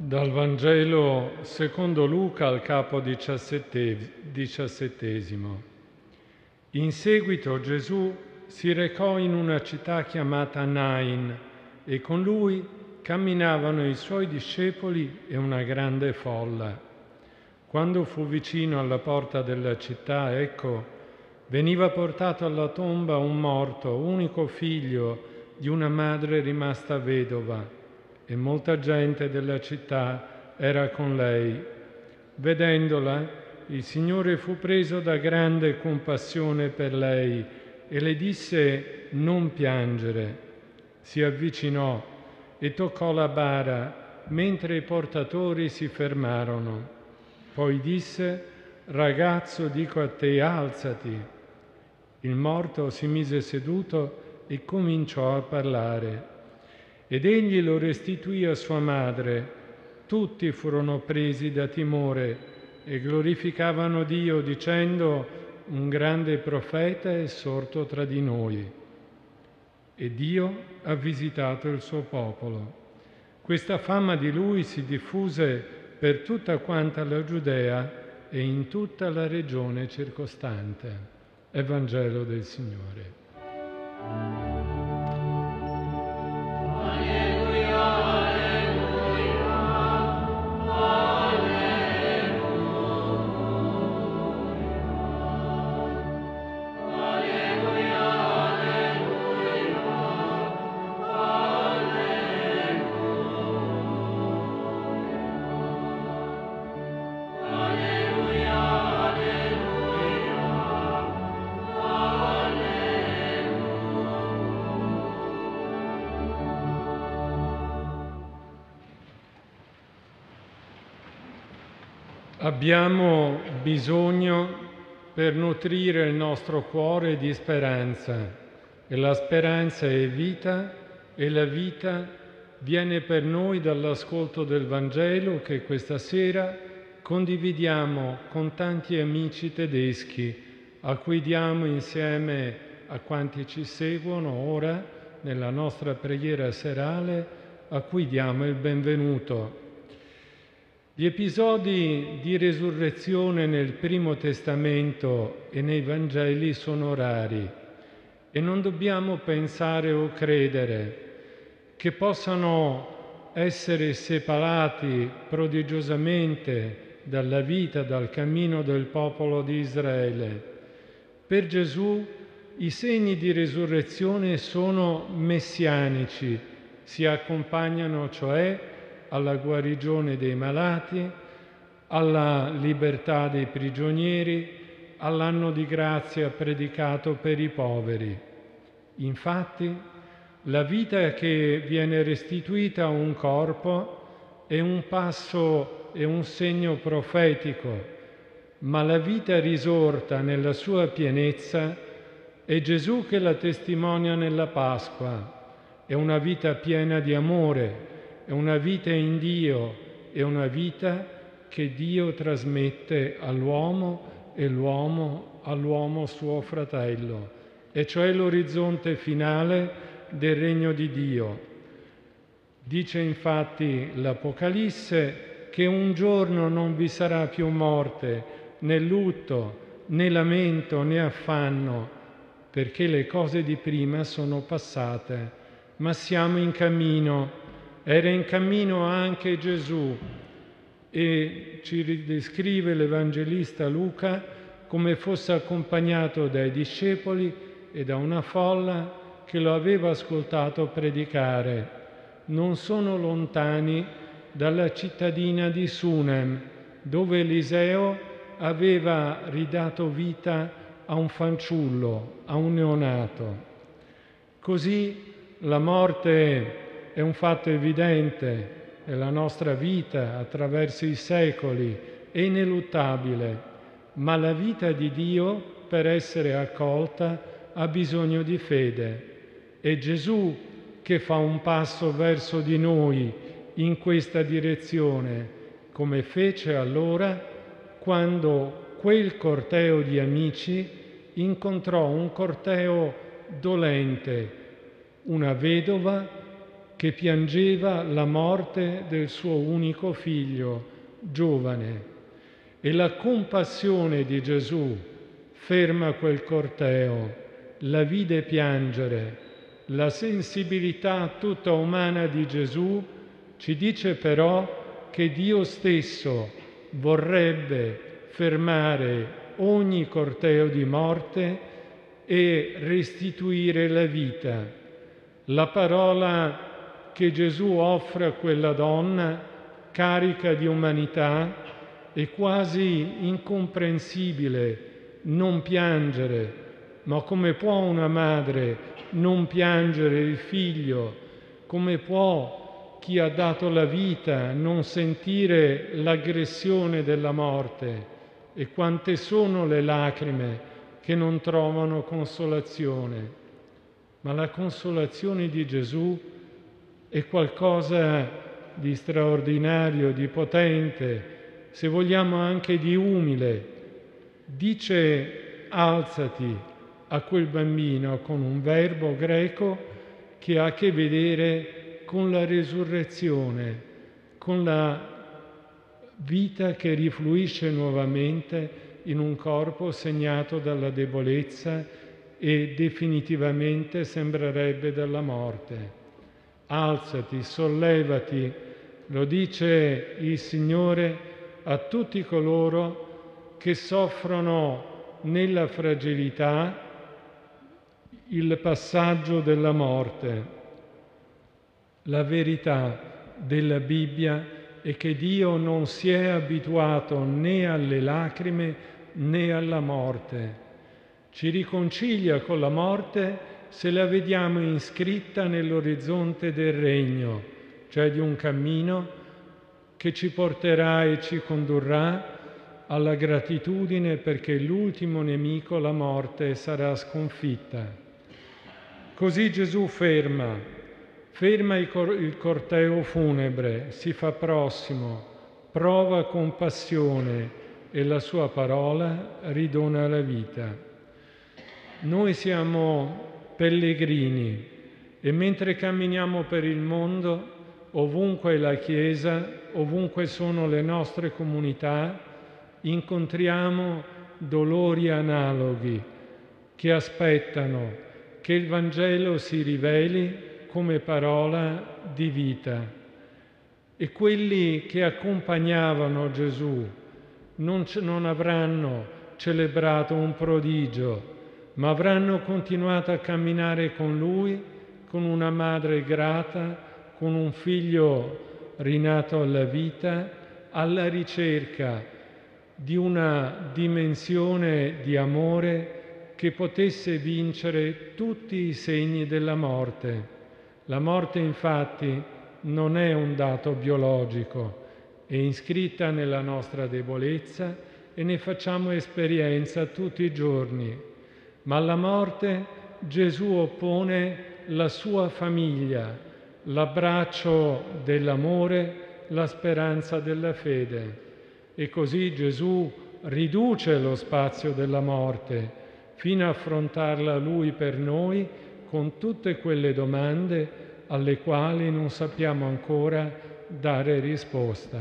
Dal Vangelo secondo Luca al capo 17. In seguito Gesù si recò in una città chiamata Nain e con lui camminavano i suoi discepoli e una grande folla. Quando fu vicino alla porta della città, ecco, veniva portato alla tomba un morto, unico figlio di una madre rimasta vedova, e molta gente della città era con lei. Vedendola, il Signore fu preso da grande compassione per lei e le disse: «Non piangere». Si avvicinò e toccò la bara mentre i portatori si fermarono. Poi disse: «Ragazzo, dico a te, alzati». Il morto si mise seduto e cominciò a parlare. Ed egli lo restituì a sua madre. Tutti furono presi da timore e glorificavano Dio dicendo: «Un grande profeta è sorto tra di noi». E Dio ha visitato il suo popolo. Questa fama di lui si diffuse per tutta quanta la Giudea e in tutta la regione circostante. Evangelo del Signore. Abbiamo bisogno per nutrire il nostro cuore di speranza, e la speranza è vita e la vita viene per noi dall'ascolto del Vangelo che questa sera condividiamo con tanti amici tedeschi a cui diamo insieme a quanti ci seguono ora nella nostra preghiera serale, a cui diamo il benvenuto. Gli episodi di resurrezione nel Primo Testamento e nei Vangeli sono rari e non dobbiamo pensare o credere che possano essere separati prodigiosamente dalla vita, dal cammino del popolo di Israele. Per Gesù i segni di resurrezione sono messianici, si accompagnano cioè alla guarigione dei malati, alla libertà dei prigionieri, all'anno di grazia predicato per i poveri. Infatti, la vita che viene restituita a un corpo è un passo e un segno profetico, ma la vita risorta nella sua pienezza è Gesù che la testimonia nella Pasqua. È una vita piena di amore, è una vita in Dio, è una vita che Dio trasmette all'uomo e l'uomo all'uomo suo fratello, e cioè l'orizzonte finale del regno di Dio. Dice infatti l'Apocalisse che un giorno non vi sarà più morte, né lutto, né lamento, né affanno, perché le cose di prima sono passate, ma siamo in cammino. Era in cammino anche Gesù e ci descrive l'Evangelista Luca come fosse accompagnato dai discepoli e da una folla che lo aveva ascoltato predicare. Non sono lontani dalla cittadina di Sunem, dove Eliseo aveva ridato vita a un fanciullo, a un neonato. Così la morte è un fatto evidente nella nostra vita attraverso i secoli, è ineluttabile, ma la vita di Dio, per essere accolta, ha bisogno di fede. È Gesù che fa un passo verso di noi in questa direzione, come fece allora quando quel corteo di amici incontrò un corteo dolente, una vedova che piangeva la morte del suo unico figlio, giovane. E la compassione di Gesù ferma quel corteo, la vide piangere. La sensibilità tutta umana di Gesù ci dice però che Dio stesso vorrebbe fermare ogni corteo di morte e restituire la vita. La parola che Gesù offre a quella donna, carica di umanità, è quasi incomprensibile. Non piangere, ma come può una madre non piangere il figlio? Come può chi ha dato la vita non sentire l'aggressione della morte? E quante sono le lacrime che non trovano consolazione? Ma la consolazione di Gesù è qualcosa di straordinario, di potente, se vogliamo anche di umile. Dice alzati a quel bambino con un verbo greco che ha a che vedere con la resurrezione, con la vita che rifluisce nuovamente in un corpo segnato dalla debolezza e definitivamente sembrerebbe dalla morte. Alzati, sollevati, lo dice il Signore a tutti coloro che soffrono nella fragilità il passaggio della morte. La verità della Bibbia è che Dio non si è abituato né alle lacrime né alla morte. Ci riconcilia con la morte se la vediamo iscritta nell'orizzonte del regno, cioè di un cammino che ci porterà e ci condurrà alla gratitudine perché l'ultimo nemico, la morte, sarà sconfitta. Così Gesù ferma il corteo funebre, si fa prossimo, prova compassione e la sua parola ridona la vita. Noi siamo pellegrini e mentre camminiamo per il mondo, ovunque è la Chiesa, ovunque sono le nostre comunità, incontriamo dolori analoghi che aspettano che il Vangelo si riveli come parola di vita. E quelli che accompagnavano Gesù non avranno celebrato un prodigio, ma avranno continuato a camminare con Lui, con una madre grata, con un figlio rinato alla vita, alla ricerca di una dimensione di amore che potesse vincere tutti i segni della morte. La morte, infatti, non è un dato biologico, è iscritta nella nostra debolezza e ne facciamo esperienza tutti i giorni. Ma alla morte Gesù oppone la sua famiglia, l'abbraccio dell'amore, la speranza della fede. E così Gesù riduce lo spazio della morte fino a affrontarla Lui per noi con tutte quelle domande alle quali non sappiamo ancora dare risposta.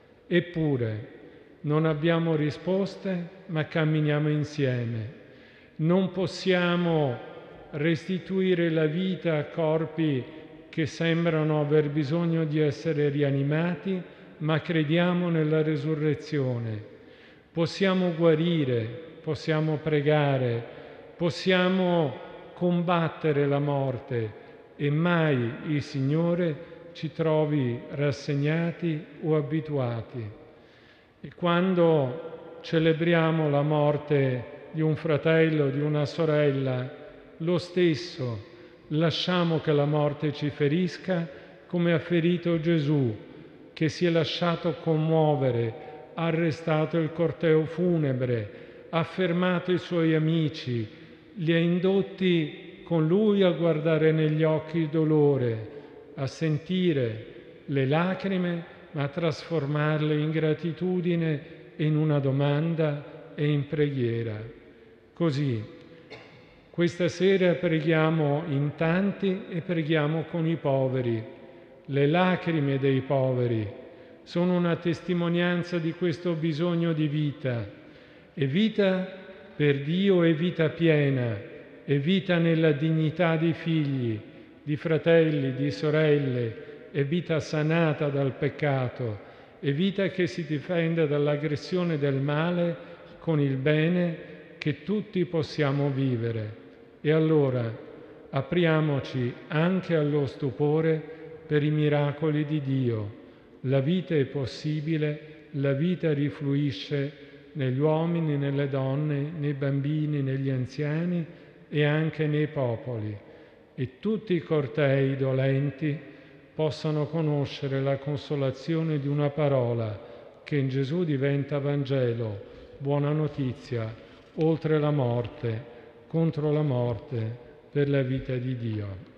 Eppure non abbiamo risposte, ma camminiamo insieme. Non possiamo restituire la vita a corpi che sembrano aver bisogno di essere rianimati, ma crediamo nella resurrezione. Possiamo guarire, possiamo pregare, possiamo combattere la morte e mai il Signore ci trovi rassegnati o abituati. E quando celebriamo la morte di un fratello, di una sorella, lo stesso lasciamo che la morte ci ferisca come ha ferito Gesù, che si è lasciato commuovere, ha arrestato il corteo funebre, ha fermato i suoi amici, li ha indotti con lui a guardare negli occhi il dolore, a sentire le lacrime, ma a trasformarle in gratitudine e in una domanda e in preghiera. Così, questa sera preghiamo in tanti e preghiamo con i poveri. le lacrime dei poveri sono una testimonianza di questo bisogno di vita. E vita per Dio è vita piena, è vita nella dignità di figli, di fratelli, di sorelle, è vita sanata dal peccato, è vita che si difende dall'aggressione del male con il bene che tutti possiamo vivere. E allora apriamoci anche allo stupore per i miracoli di Dio. La vita è possibile, la vita rifluisce negli uomini, nelle donne, nei bambini, negli anziani e anche nei popoli. E tutti i cortei dolenti possano conoscere la consolazione di una parola che in Gesù diventa Vangelo, buona notizia, oltre la morte, contro la morte, per la vita di Dio.